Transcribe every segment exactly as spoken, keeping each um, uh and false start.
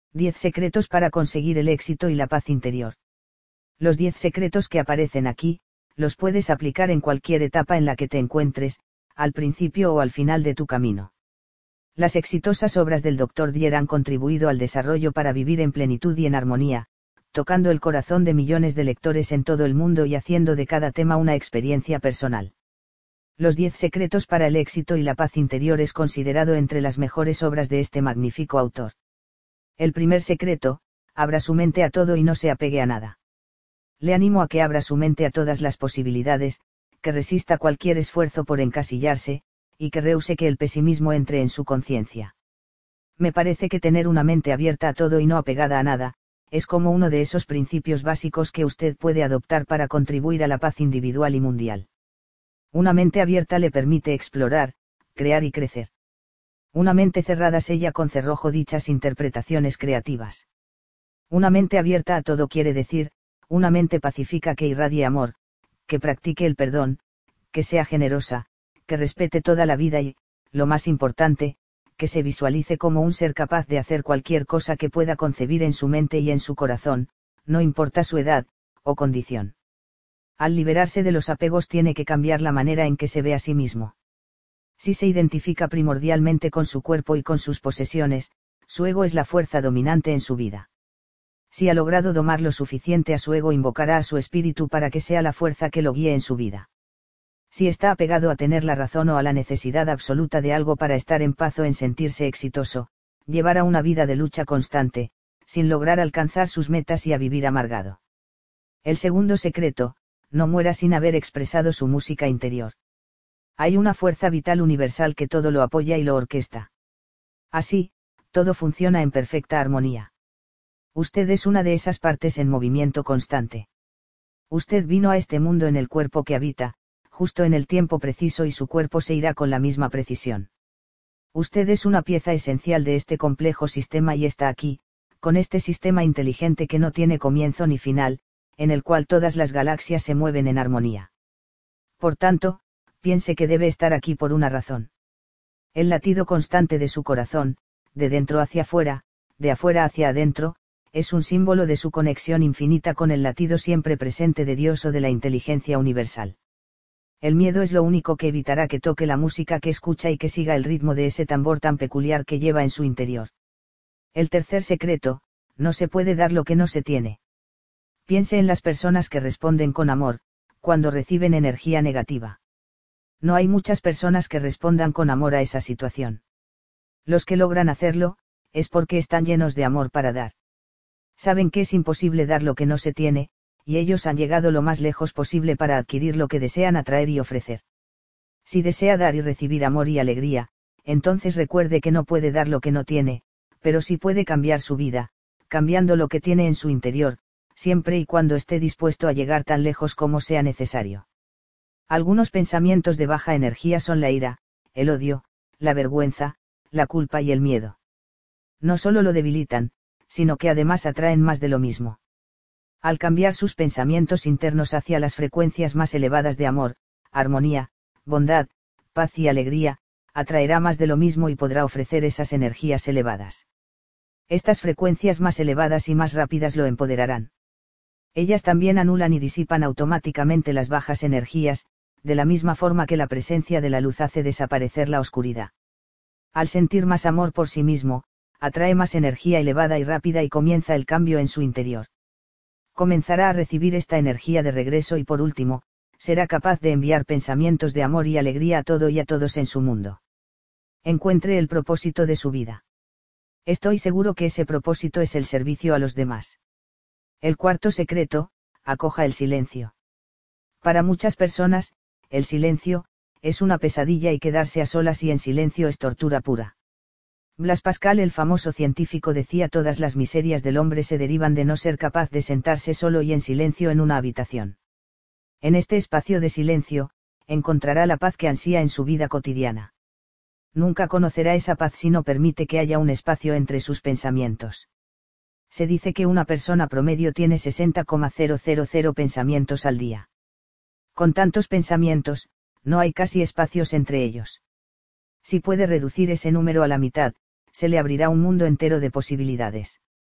diez secretos para conseguir el éxito y la paz interior. Los diez secretos que aparecen aquí, los puedes aplicar en cualquier etapa en la que te encuentres, al principio o al final de tu camino. Las exitosas obras del doctor Dyer han contribuido al desarrollo para vivir en plenitud y en armonía, tocando el corazón de millones de lectores en todo el mundo y haciendo de cada tema una experiencia personal. Los diez secretos para el éxito y la paz interior es considerado entre las mejores obras de este magnífico autor. El primer secreto: abra su mente a todo y no se apegue a nada. Le animo a que abra su mente a todas las posibilidades, que resista cualquier esfuerzo por encasillarse, y que rehúse que el pesimismo entre en su conciencia. Me parece que tener una mente abierta a todo y no apegada a nada, es como uno de esos principios básicos que usted puede adoptar para contribuir a la paz individual y mundial. Una mente abierta le permite explorar, crear y crecer. Una mente cerrada sella con cerrojo dichas interpretaciones creativas. Una mente abierta a todo quiere decir, una mente pacífica que irradie amor, que practique el perdón, que sea generosa, que respete toda la vida y, lo más importante, que se visualice como un ser capaz de hacer cualquier cosa que pueda concebir en su mente y en su corazón, no importa su edad, o condición. Al liberarse de los apegos tiene que cambiar la manera en que se ve a sí mismo. Si se identifica primordialmente con su cuerpo y con sus posesiones, su ego es la fuerza dominante en su vida. Si ha logrado domar lo suficiente a su ego, invocará a su espíritu para que sea la fuerza que lo guíe en su vida. Si está apegado a tener la razón o a la necesidad absoluta de algo para estar en paz o en sentirse exitoso, llevará una vida de lucha constante, sin lograr alcanzar sus metas y a vivir amargado. El segundo secreto: no muera sin haber expresado su música interior. Hay una fuerza vital universal que todo lo apoya y lo orquesta. Así, todo funciona en perfecta armonía. Usted es una de esas partes en movimiento constante. Usted vino a este mundo en el cuerpo que habita, justo en el tiempo preciso, y su cuerpo se irá con la misma precisión. Usted es una pieza esencial de este complejo sistema y está aquí, con este sistema inteligente que no tiene comienzo ni final, en el cual todas las galaxias se mueven en armonía. Por tanto, piense que debe estar aquí por una razón. El latido constante de su corazón, de dentro hacia afuera, de afuera hacia adentro, es un símbolo de su conexión infinita con el latido siempre presente de Dios o de la inteligencia universal. El miedo es lo único que evitará que toque la música que escucha y que siga el ritmo de ese tambor tan peculiar que lleva en su interior. El tercer secreto: no se puede dar lo que no se tiene. Piense en las personas que responden con amor, cuando reciben energía negativa. No hay muchas personas que respondan con amor a esa situación. Los que logran hacerlo, es porque están llenos de amor para dar. Saben que es imposible dar lo que no se tiene, y ellos han llegado lo más lejos posible para adquirir lo que desean atraer y ofrecer. Si desea dar y recibir amor y alegría, entonces recuerde que no puede dar lo que no tiene, pero sí puede cambiar su vida, cambiando lo que tiene en su interior, siempre y cuando esté dispuesto a llegar tan lejos como sea necesario. Algunos pensamientos de baja energía son la ira, el odio, la vergüenza, la culpa y el miedo. No solo lo debilitan, sino que además atraen más de lo mismo. Al cambiar sus pensamientos internos hacia las frecuencias más elevadas de amor, armonía, bondad, paz y alegría, atraerá más de lo mismo y podrá ofrecer esas energías elevadas. Estas frecuencias más elevadas y más rápidas lo empoderarán. Ellas también anulan y disipan automáticamente las bajas energías, de la misma forma que la presencia de la luz hace desaparecer la oscuridad. Al sentir más amor por sí mismo, atrae más energía elevada y rápida y comienza el cambio en su interior. Comenzará a recibir esta energía de regreso y por último, será capaz de enviar pensamientos de amor y alegría a todo y a todos en su mundo. Encuentre el propósito de su vida. Estoy seguro que ese propósito es el servicio a los demás. El cuarto secreto: acoja el silencio. Para muchas personas, el silencio es una pesadilla y quedarse a solas y en silencio es tortura pura. Blaise Pascal, el famoso científico, decía: todas las miserias del hombre se derivan de no ser capaz de sentarse solo y en silencio en una habitación. En este espacio de silencio, encontrará la paz que ansía en su vida cotidiana. Nunca conocerá esa paz si no permite que haya un espacio entre sus pensamientos. Se dice que una persona promedio tiene sesenta mil pensamientos al día. Con tantos pensamientos, no hay casi espacios entre ellos. Si puede reducir ese número a la mitad, se le abrirá un mundo entero de posibilidades.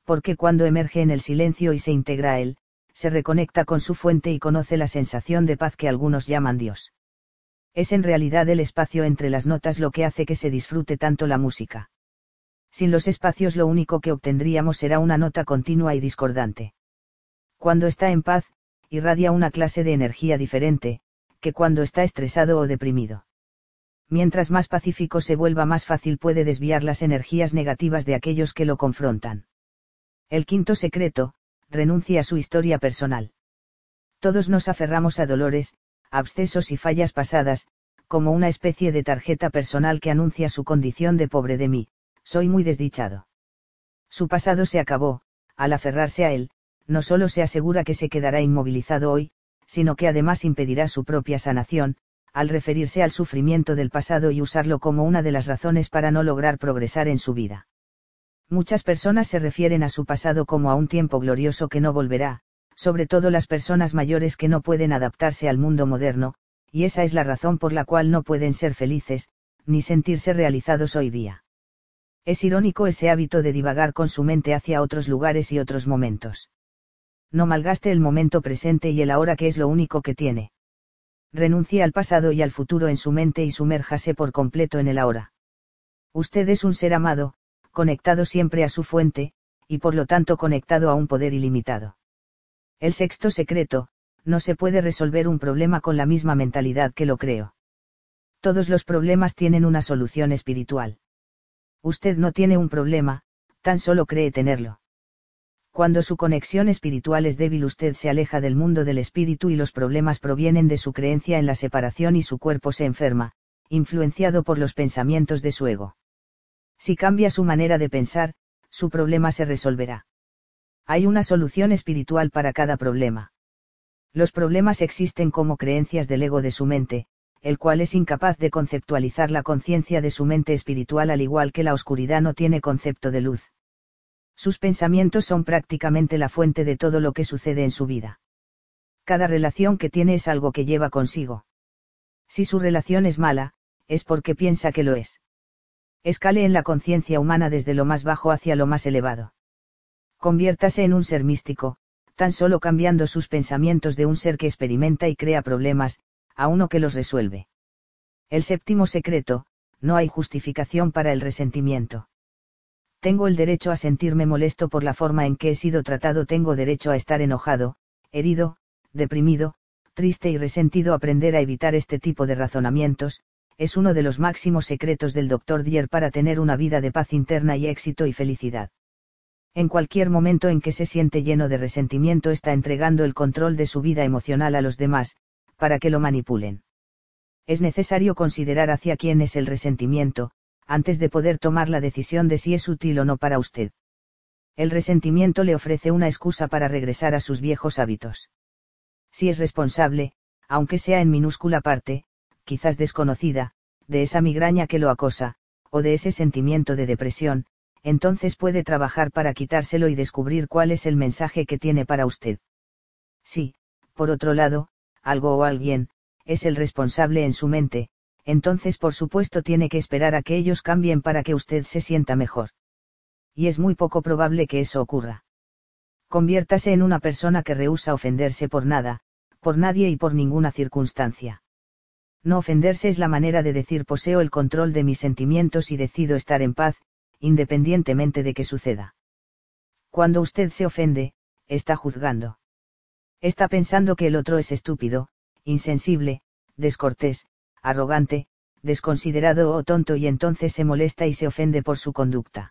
Porque cuando emerge en el silencio y se integra a él, se reconecta con su fuente y conoce la sensación de paz que algunos llaman Dios. Es en realidad el espacio entre las notas lo que hace que se disfrute tanto la música. Sin los espacios lo único que obtendríamos será una nota continua y discordante. Cuando está en paz, irradia una clase de energía diferente, que cuando está estresado o deprimido. Mientras más pacífico se vuelva, más fácil puede desviar las energías negativas de aquellos que lo confrontan. El quinto secreto: renuncia a su historia personal. Todos nos aferramos a dolores, abscesos y fallas pasadas, como una especie de tarjeta personal que anuncia su condición de pobre de mí, soy muy desdichado. Su pasado se acabó. Al aferrarse a él, no solo se asegura que se quedará inmovilizado hoy, sino que además impedirá su propia sanación, al referirse al sufrimiento del pasado y usarlo como una de las razones para no lograr progresar en su vida. Muchas personas se refieren a su pasado como a un tiempo glorioso que no volverá, sobre todo las personas mayores que no pueden adaptarse al mundo moderno, y esa es la razón por la cual no pueden ser felices, ni sentirse realizados hoy día. Es irónico ese hábito de divagar con su mente hacia otros lugares y otros momentos. No malgaste el momento presente y el ahora, que es lo único que tiene. Renuncie al pasado y al futuro en su mente y sumérjase por completo en el ahora. Usted es un ser amado, conectado siempre a su fuente, y por lo tanto conectado a un poder ilimitado. El sexto secreto: no se puede resolver un problema con la misma mentalidad que lo creó. Todos los problemas tienen una solución espiritual. Usted no tiene un problema, tan solo cree tenerlo. Cuando su conexión espiritual es débil, usted se aleja del mundo del espíritu y los problemas provienen de su creencia en la separación y su cuerpo se enferma, influenciado por los pensamientos de su ego. Si cambia su manera de pensar, su problema se resolverá. Hay una solución espiritual para cada problema. Los problemas existen como creencias del ego de su mente, el cual es incapaz de conceptualizar la conciencia de su mente espiritual, al igual que la oscuridad no tiene concepto de luz. Sus pensamientos son prácticamente la fuente de todo lo que sucede en su vida. Cada relación que tiene es algo que lleva consigo. Si su relación es mala, es porque piensa que lo es. Escale en la conciencia humana desde lo más bajo hacia lo más elevado. Conviértase en un ser místico, tan solo cambiando sus pensamientos de un ser que experimenta y crea problemas, a uno que los resuelve. El séptimo secreto: no hay justificación para el resentimiento. Tengo el derecho a sentirme molesto por la forma en que he sido tratado, tengo derecho a estar enojado, herido, deprimido, triste y resentido. Aprender a evitar este tipo de razonamientos es uno de los máximos secretos del doctor Dyer para tener una vida de paz interna y éxito y felicidad. En cualquier momento en que se siente lleno de resentimiento, está entregando el control de su vida emocional a los demás, para que lo manipulen. Es necesario considerar hacia quién es el resentimiento, antes de poder tomar la decisión de si es útil o no para usted. El resentimiento le ofrece una excusa para regresar a sus viejos hábitos. Si es responsable, aunque sea en minúscula parte, quizás desconocida, de esa migraña que lo acosa, o de ese sentimiento de depresión, entonces puede trabajar para quitárselo y descubrir cuál es el mensaje que tiene para usted. Si, por otro lado, algo o alguien es el responsable en su mente, entonces por supuesto tiene que esperar a que ellos cambien para que usted se sienta mejor. Y es muy poco probable que eso ocurra. Conviértase en una persona que rehúsa ofenderse por nada, por nadie y por ninguna circunstancia. No ofenderse es la manera de decir: poseo el control de mis sentimientos y decido estar en paz, independientemente de que suceda. Cuando usted se ofende, está juzgando. Está pensando que el otro es estúpido, insensible, descortés, arrogante, desconsiderado o tonto, y entonces se molesta y se ofende por su conducta.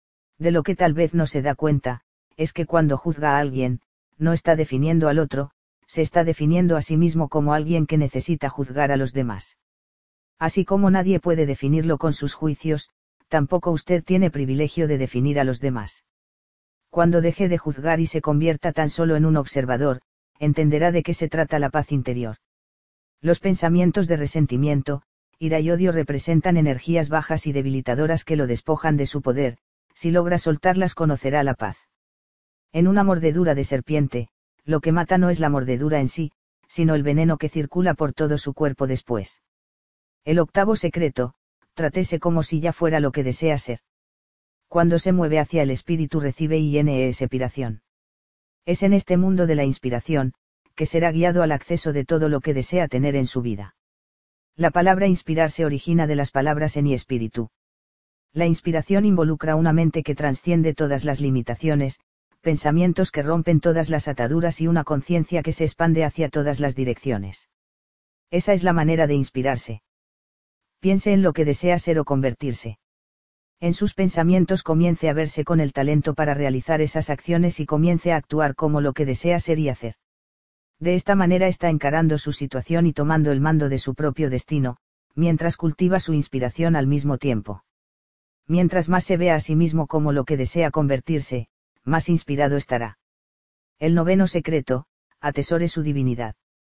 De lo que tal vez no se da cuenta, es que cuando juzga a alguien, no está definiendo al otro, se está definiendo a sí mismo como alguien que necesita juzgar a los demás. Así como nadie puede definirlo con sus juicios, tampoco usted tiene privilegio de definir a los demás. Cuando deje de juzgar y se convierta tan solo en un observador, entenderá de qué se trata la paz interior. Los pensamientos de resentimiento, ira y odio representan energías bajas y debilitadoras que lo despojan de su poder. Si logra soltarlas, conocerá la paz. En una mordedura de serpiente, lo que mata no es la mordedura en sí, sino el veneno que circula por todo su cuerpo después. El octavo secreto: trátese como si ya fuera lo que desea ser. Cuando se mueve hacia el espíritu recibe I N E expiración. Es en este mundo de la inspiración, que será guiado al acceso de todo lo que desea tener en su vida. La palabra inspirar se origina de las palabras en y espíritu. La inspiración involucra una mente que trasciende todas las limitaciones, pensamientos que rompen todas las ataduras y una conciencia que se expande hacia todas las direcciones. Esa es la manera de inspirarse. Piense en lo que desea ser o convertirse. En sus pensamientos comience a verse con el talento para realizar esas acciones y comience a actuar como lo que desea ser y hacer. De esta manera está encarando su situación y tomando el mando de su propio destino, mientras cultiva su inspiración al mismo tiempo. Mientras más se vea a sí mismo como lo que desea convertirse, más inspirado estará. El noveno secreto: atesore su divinidad.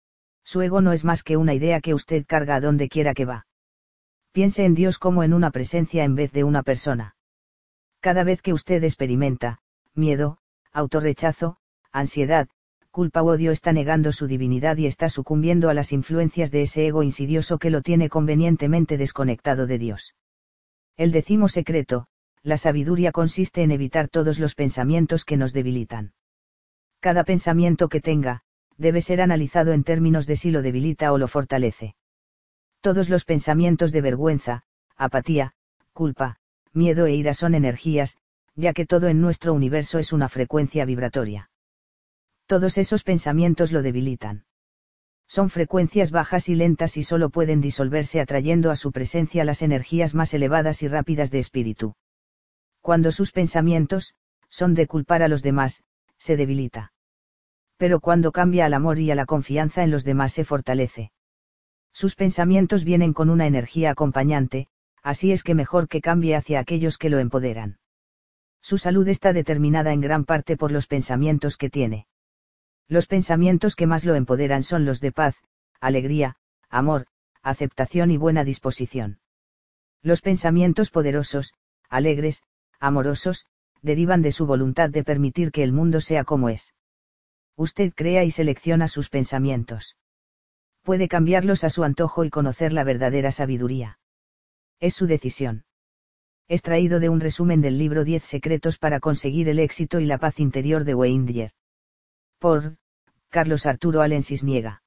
Su ego no es más que una idea que usted carga a donde quiera que va. Piense en Dios como en una presencia en vez de una persona. Cada vez que usted experimenta miedo, autorrechazo, ansiedad, culpa u odio, está negando su divinidad y está sucumbiendo a las influencias de ese ego insidioso que lo tiene convenientemente desconectado de Dios. El décimo secreto: la sabiduría consiste en evitar todos los pensamientos que nos debilitan. Cada pensamiento que tenga, debe ser analizado en términos de si lo debilita o lo fortalece. Todos los pensamientos de vergüenza, apatía, culpa, miedo e ira son energías, ya que todo en nuestro universo es una frecuencia vibratoria. Todos esos pensamientos lo debilitan. Son frecuencias bajas y lentas y solo pueden disolverse atrayendo a su presencia las energías más elevadas y rápidas de espíritu. Cuando sus pensamientos son de culpar a los demás, se debilita. Pero cuando cambia al amor y a la confianza en los demás, se fortalece. Sus pensamientos vienen con una energía acompañante, así es que mejor que cambie hacia aquellos que lo empoderan. Su salud está determinada en gran parte por los pensamientos que tiene. Los pensamientos que más lo empoderan son los de paz, alegría, amor, aceptación y buena disposición. Los pensamientos poderosos, alegres, amorosos, derivan de su voluntad de permitir que el mundo sea como es. Usted crea y selecciona sus pensamientos. Puede cambiarlos a su antojo y conocer la verdadera sabiduría. Es su decisión. Extraído de un resumen del libro diez secretos para conseguir el éxito y la paz interior de Wayne Dyer. Por Carlos Arturo Allen Cisniega.